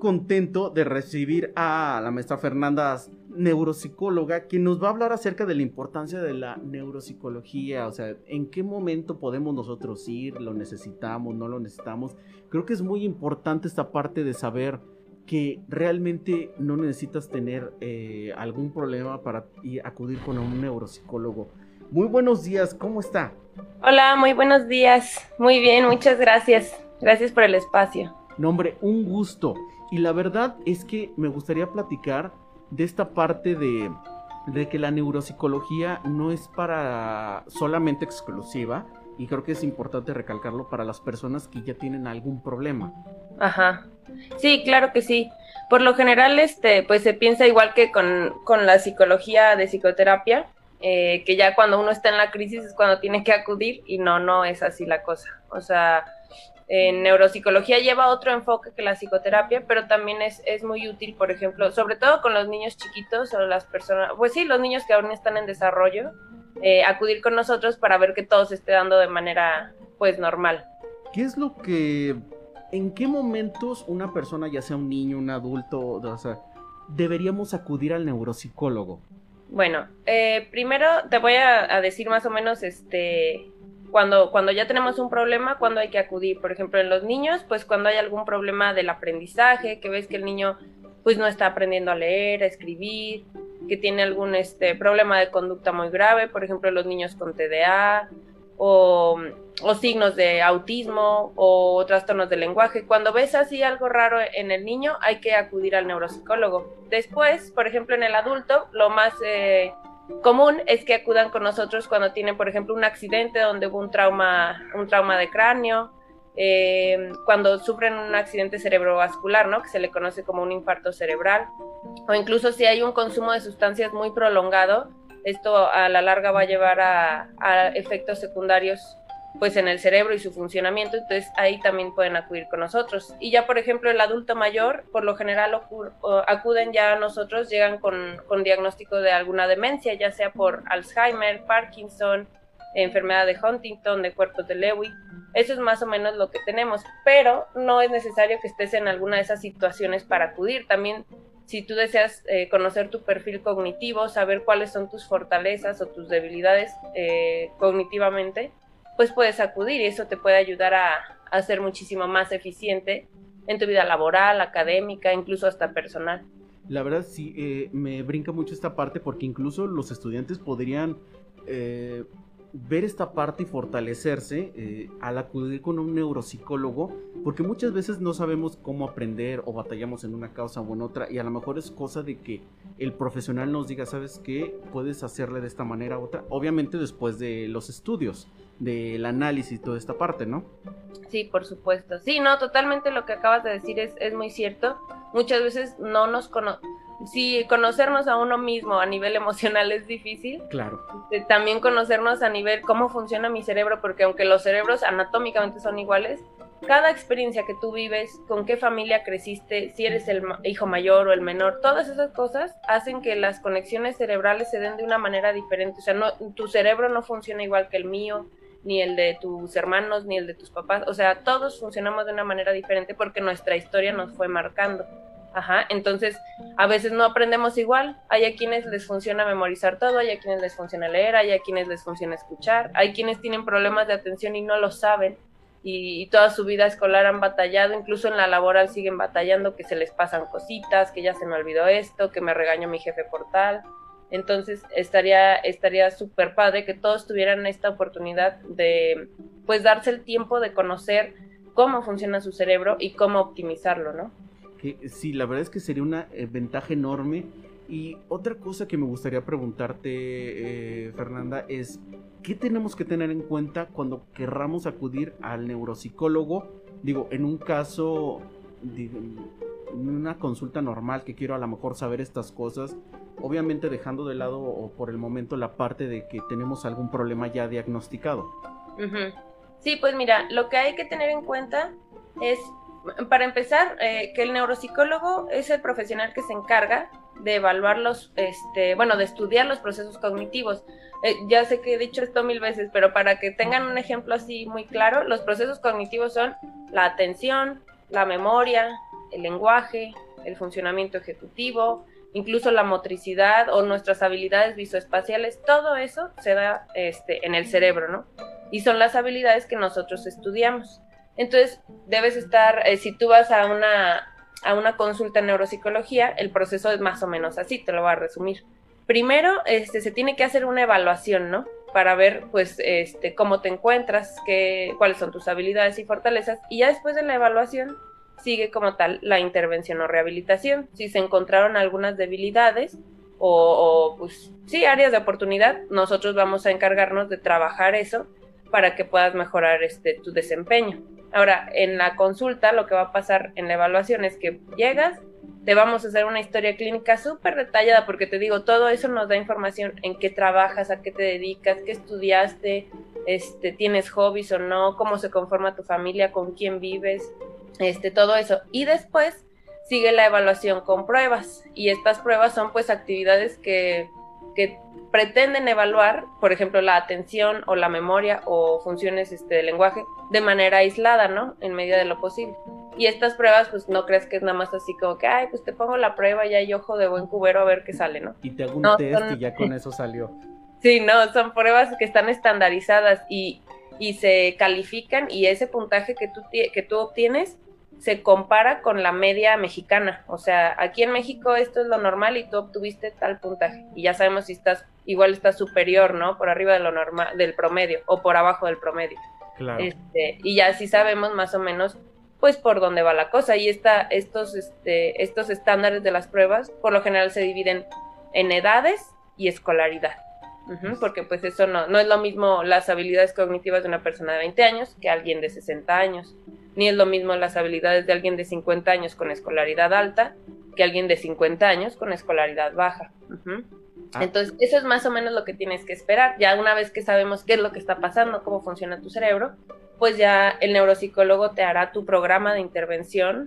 contento de recibir a la maestra Fernanda, neuropsicóloga, que nos va a hablar acerca de la importancia de la neuropsicología, o sea, en qué momento podemos nosotros ir, lo necesitamos, no lo necesitamos. Creo que es muy importante esta parte de saber que realmente no necesitas tener algún problema para acudir con un neuropsicólogo. Muy buenos días, ¿cómo está? Hola, muy buenos días. Muy bien, muchas gracias. Gracias por el espacio. No, hombre, un gusto. Y la verdad es que me gustaría platicar de esta parte de que la neuropsicología no es para solamente exclusiva, y creo que es importante recalcarlo para las personas que ya tienen algún problema. Ajá. Sí, claro que sí. Por lo general, pues se piensa igual que con la psicología de psicoterapia, que ya cuando uno está en la crisis es cuando tiene que acudir y no es así la cosa. O sea, en neuropsicología lleva otro enfoque que la psicoterapia, pero también es muy útil, por ejemplo, sobre todo con los niños chiquitos o las personas, pues sí, los niños que aún están en desarrollo, acudir con nosotros para ver que todo se esté dando de manera, pues, normal. ¿Qué es lo que, en qué momentos una persona, ya sea un niño, un adulto, o sea, deberíamos acudir al neuropsicólogo? Bueno, primero te voy a decir más o menos, cuando ya tenemos un problema, cuando hay que acudir. Por ejemplo, en los niños, pues cuando hay algún problema del aprendizaje, que ves que el niño pues no está aprendiendo a leer, a escribir, que tiene algún problema de conducta muy grave, por ejemplo, los niños con TDA o, o signos de autismo o trastornos del lenguaje. Cuando ves así algo raro en el niño, hay que acudir al neuropsicólogo. Después, por ejemplo, en el adulto, lo más común es que acudan con nosotros cuando tienen, por ejemplo, un accidente donde hubo un trauma de cráneo, cuando sufren un accidente cerebrovascular, ¿no? Que se le conoce como un infarto cerebral, o incluso si hay un consumo de sustancias muy prolongado. Esto a la larga va a llevar a efectos secundarios pues en el cerebro y su funcionamiento, entonces ahí también pueden acudir con nosotros. Y ya por ejemplo el adulto mayor, por lo general acuden ya a nosotros, llegan con diagnóstico de alguna demencia, ya sea por Alzheimer, Parkinson, enfermedad de Huntington, de cuerpos de Lewy. Eso es más o menos lo que tenemos, pero no es necesario que estés en alguna de esas situaciones para acudir. También si tú deseas conocer tu perfil cognitivo, saber cuáles son tus fortalezas o tus debilidades cognitivamente, pues puedes acudir y eso te puede ayudar a ser muchísimo más eficiente en tu vida laboral, académica, incluso hasta personal. La verdad sí, me brinca mucho esta parte porque incluso los estudiantes podrían ver esta parte y fortalecerse al acudir con un neuropsicólogo, porque muchas veces no sabemos cómo aprender o batallamos en una causa o en otra, y a lo mejor es cosa de que el profesional nos diga, ¿sabes qué? Puedes hacerle de esta manera u otra, obviamente después de los estudios, del análisis, toda esta parte, ¿no? Sí, por supuesto. Sí, no, totalmente lo que acabas de decir es muy cierto. Muchas veces no nos si conocernos a uno mismo a nivel emocional es difícil, Claro. también conocernos a nivel cómo funciona mi cerebro, porque aunque los cerebros anatómicamente son iguales, cada experiencia que tú vives, con qué familia creciste, si eres el hijo mayor o el menor, todas esas cosas hacen que las conexiones cerebrales se den de una manera diferente. O sea, no, tu cerebro no funciona igual que el mío, ni el de tus hermanos, ni el de tus papás. O sea, todos funcionamos de una manera diferente porque nuestra historia nos fue marcando. Ajá, entonces a veces no aprendemos igual. Hay a quienes les funciona memorizar todo, hay a quienes les funciona leer, hay a quienes les funciona escuchar, hay quienes tienen problemas de atención y no lo saben y toda su vida escolar han batallado, incluso en la laboral siguen batallando, que se les pasan cositas, que ya se me olvidó esto, que me regañó mi jefe por tal. Entonces estaría súper padre que todos tuvieran esta oportunidad de pues darse el tiempo de conocer cómo funciona su cerebro y cómo optimizarlo, ¿no? Que sí, la verdad es que sería una ventaja enorme. Y otra cosa que me gustaría preguntarte, Fernanda, es ¿qué tenemos que tener en cuenta cuando querramos acudir al neuropsicólogo? Digo, en un caso, en una consulta normal que quiero a lo mejor saber estas cosas, obviamente dejando de lado o por el momento la parte de que tenemos algún problema ya diagnosticado. Uh-huh. Sí, pues mira, lo que hay que tener en cuenta es, para empezar, que el neuropsicólogo es el profesional que se encarga de evaluar de estudiar los procesos cognitivos. Ya sé que he dicho esto 1000 veces, pero para que tengan un ejemplo así muy claro, los procesos cognitivos son la atención, la memoria, el lenguaje, el funcionamiento ejecutivo, incluso la motricidad o nuestras habilidades visoespaciales, todo eso se da en el cerebro, ¿no? Y son las habilidades que nosotros estudiamos. Entonces, debes estar, si tú vas a una consulta en neuropsicología, el proceso es más o menos así, te lo voy a resumir. Primero, se tiene que hacer una evaluación, ¿no? Para ver, pues, cómo te encuentras, cuáles son tus habilidades y fortalezas, y ya después de la evaluación sigue como tal la intervención o rehabilitación. Si se encontraron algunas debilidades o pues sí, áreas de oportunidad, nosotros vamos a encargarnos de trabajar eso para que puedas mejorar tu desempeño. Ahora, en la consulta lo que va a pasar en la evaluación es que llegas, te vamos a hacer una historia clínica súper detallada, porque te digo, todo eso nos da información en qué trabajas, a qué te dedicas, qué estudiaste, tienes hobbies o no, cómo se conforma tu familia, con quién vives, todo eso. Y después sigue la evaluación con pruebas, y estas pruebas son pues actividades que pretenden evaluar, por ejemplo, la atención o la memoria o funciones de lenguaje de manera aislada, ¿no? En medida de lo posible. Y estas pruebas, pues no crees que es nada más así como que, ay, pues te pongo la prueba y hay ojo de buen cubero a ver qué sale, ¿no? Y te hago un test y ya con eso salió. Sí, no, son pruebas que están estandarizadas y se califican, y ese puntaje que tú obtienes se compara con la media mexicana. O sea, aquí en México esto es lo normal y tú obtuviste tal puntaje. Y ya sabemos si estás superior, ¿no? Por arriba de lo normal, del promedio, o por abajo del promedio. Claro. Y ya sí sabemos más o menos pues por dónde va la cosa. Y estos estándares de las pruebas por lo general se dividen en edades y escolaridad. Porque pues eso no es lo mismo las habilidades cognitivas de una persona de 20 años que alguien de 60 años, ni es lo mismo las habilidades de alguien de 50 años con escolaridad alta que alguien de 50 años con escolaridad baja. Entonces eso es más o menos lo que tienes que esperar. Ya una vez que sabemos qué es lo que está pasando, cómo funciona tu cerebro, pues ya el neuropsicólogo te hará tu programa de intervención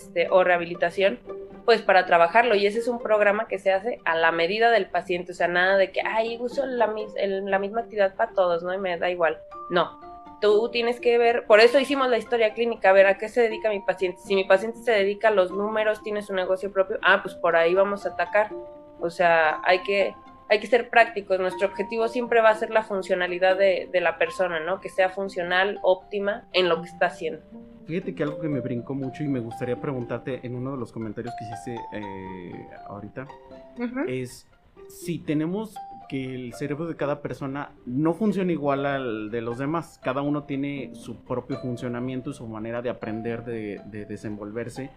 o rehabilitación, pues para trabajarlo. Y ese es un programa que se hace a la medida del paciente. O sea, nada de que, ay, uso la misma actividad para todos, ¿no? Y me da igual. No, tú tienes que ver, por eso hicimos la historia clínica, a ver a qué se dedica mi paciente. Si mi paciente se dedica a los números, tiene su negocio propio, pues por ahí vamos a atacar. O sea, hay que ser prácticos. Nuestro objetivo siempre va a ser la funcionalidad de la persona, ¿no? Que sea funcional, óptima en lo que está haciendo. Fíjate que algo que me brincó mucho y me gustaría preguntarte en uno de los comentarios que hiciste ahorita, es si tenemos que el cerebro de cada persona no funciona igual al de los demás. Cada uno tiene su propio funcionamiento y su manera de aprender, de desenvolverse.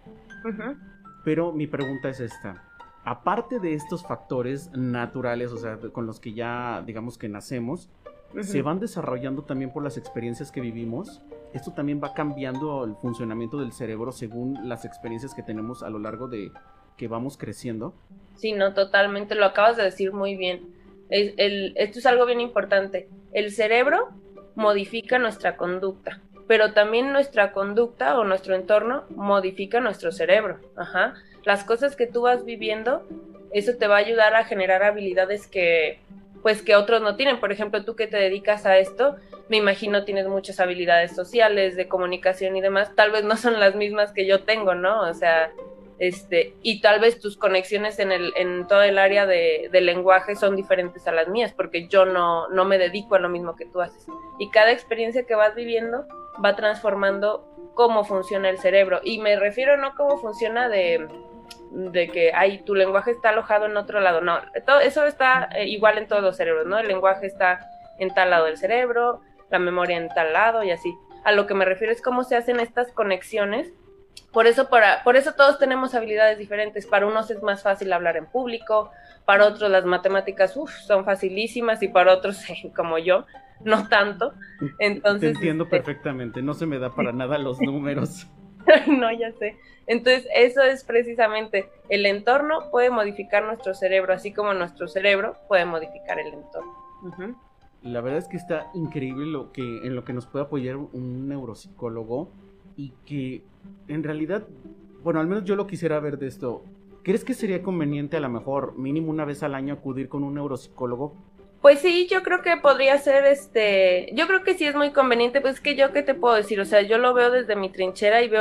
Pero mi pregunta es esta. Aparte de estos factores naturales, o sea, con los que ya digamos que nacemos, se van desarrollando también por las experiencias que vivimos. Esto también va cambiando el funcionamiento del cerebro según las experiencias que tenemos a lo largo de que vamos creciendo. Sí, no, totalmente, lo acabas de decir muy bien. Esto es algo bien importante. El cerebro modifica nuestra conducta, pero también nuestra conducta o nuestro entorno modifica nuestro cerebro. Las cosas que tú vas viviendo, eso te va a ayudar a generar habilidades que otros no tienen. Por ejemplo, tú que te dedicas a esto, me imagino tienes muchas habilidades sociales, de comunicación y demás, tal vez no son las mismas que yo tengo, ¿no? O sea, y tal vez tus conexiones en todo el área de lenguaje son diferentes a las mías, porque yo no me dedico a lo mismo que tú haces. Y cada experiencia que vas viviendo va transformando cómo funciona el cerebro. Y me refiero no cómo funciona de que tu lenguaje está alojado en otro lado. No, todo eso está igual en todos los cerebros, ¿no? El lenguaje está en tal lado del cerebro, la memoria en tal lado y así. A lo que me refiero es cómo se hacen estas conexiones. Por eso todos tenemos habilidades diferentes. Para unos es más fácil hablar en público, para otros las matemáticas son facilísimas y para otros, como yo, no tanto. Entonces, te entiendo perfectamente, no se me da para nada los números. No, ya sé. Entonces, eso es precisamente, el entorno puede modificar nuestro cerebro, así como nuestro cerebro puede modificar el entorno. La verdad es que está increíble en lo que nos puede apoyar un neuropsicólogo, y que en realidad, bueno, al menos yo lo quisiera ver de esto. ¿Crees que sería conveniente a lo mejor mínimo una vez al año acudir con un neuropsicólogo? Pues sí, yo creo que podría ser, yo creo que sí es muy conveniente. Pues es que yo, ¿qué te puedo decir? O sea, yo lo veo desde mi trinchera y veo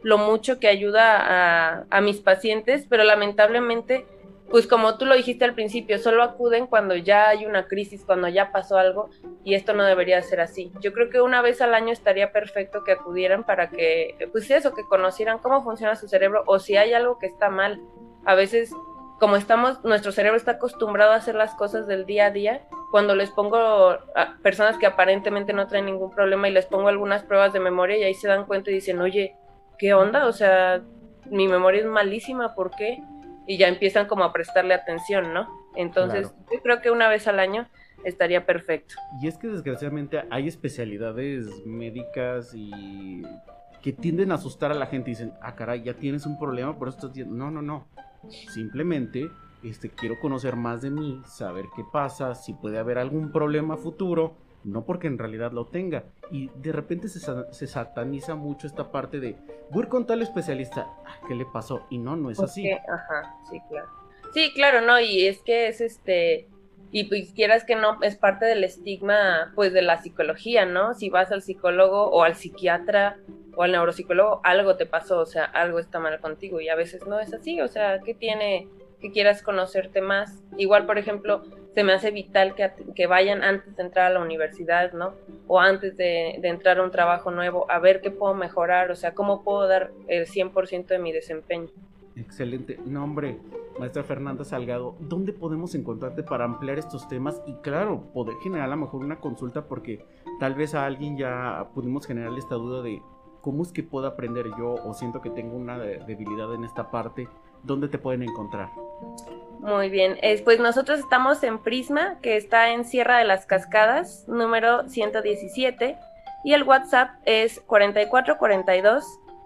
lo mucho que ayuda a mis pacientes, pero lamentablemente, pues como tú lo dijiste al principio, solo acuden cuando ya hay una crisis, cuando ya pasó algo, y esto no debería ser así. Yo creo que una vez al año estaría perfecto que acudieran para que, pues eso, que conocieran cómo funciona su cerebro o si hay algo que está mal. A veces, como nuestro cerebro está acostumbrado a hacer las cosas del día a día, cuando les pongo a personas que aparentemente no traen ningún problema y les pongo algunas pruebas de memoria y ahí se dan cuenta y dicen, oye, ¿qué onda? O sea, mi memoria es malísima, ¿por qué? Y ya empiezan como a prestarle atención, ¿no? Entonces, Claro. yo creo que una vez al año estaría perfecto. Y es que desgraciadamente hay especialidades médicas y que tienden a asustar a la gente y dicen, ah, caray, ya tienes un problema, por eso estás diciendo, no, no, no. Simplemente quiero conocer más de mí, saber qué pasa, si puede haber algún problema futuro, no porque en realidad lo tenga. Y de repente se sataniza mucho esta parte de, voy a ir con tal especialista, ah, ¿qué le pasó? Y no, no es así. Ajá, sí, claro. Sí, claro, no, y es que es y pues quieras que no, es parte del estigma, pues de la psicología, ¿no? Si vas al psicólogo o al psiquiatra o al neuropsicólogo, algo te pasó, o sea, algo está mal contigo y a veces no es así, o sea, ¿qué tiene que quieras conocerte más? Igual, por ejemplo, se me hace vital que vayan antes de entrar a la universidad, ¿no? O antes de entrar a un trabajo nuevo, a ver qué puedo mejorar, o sea, cómo puedo dar el 100% de mi desempeño. Excelente. No, hombre, maestra Fernanda Salgado, ¿dónde podemos encontrarte para ampliar estos temas? Y claro, poder generar a lo mejor una consulta porque tal vez a alguien ya pudimos generarle esta duda de cómo es que puedo aprender yo o siento que tengo una debilidad en esta parte. ¿Dónde te pueden encontrar? Muy bien, pues nosotros estamos en Prisma, que está en Sierra de las Cascadas, número 117, y el WhatsApp es 4442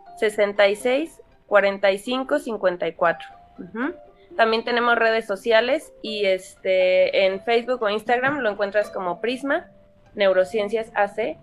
66 45 54. También tenemos redes sociales y en Facebook o Instagram lo encuentras como Prisma Neurociencias AC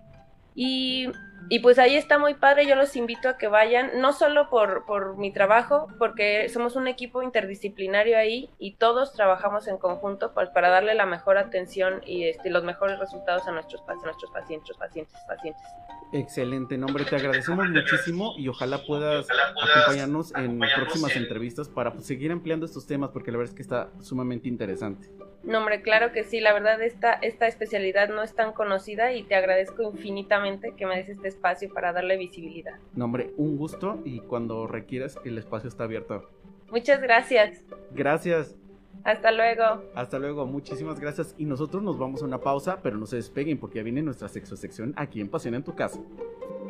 y pues ahí está muy padre, yo los invito a que vayan, no solo por mi trabajo, porque somos un equipo interdisciplinario ahí y todos trabajamos en conjunto pues, para darle la mejor atención y los mejores resultados a nuestros pacientes. Excelente, nombre, te agradecemos muchísimo y ojalá puedas acompañarnos en próximas entrevistas para pues, seguir ampliando estos temas porque la verdad es que está sumamente interesante. No, hombre, claro que sí, la verdad esta especialidad no es tan conocida y te agradezco infinitamente que me des este espacio para darle visibilidad. No, hombre, un gusto y cuando requieras el espacio está abierto. Muchas gracias. Gracias. Hasta luego. Hasta luego, muchísimas gracias y nosotros nos vamos a una pausa, pero no se despeguen porque ya viene nuestra sexosección aquí en Pasión en tu Casa.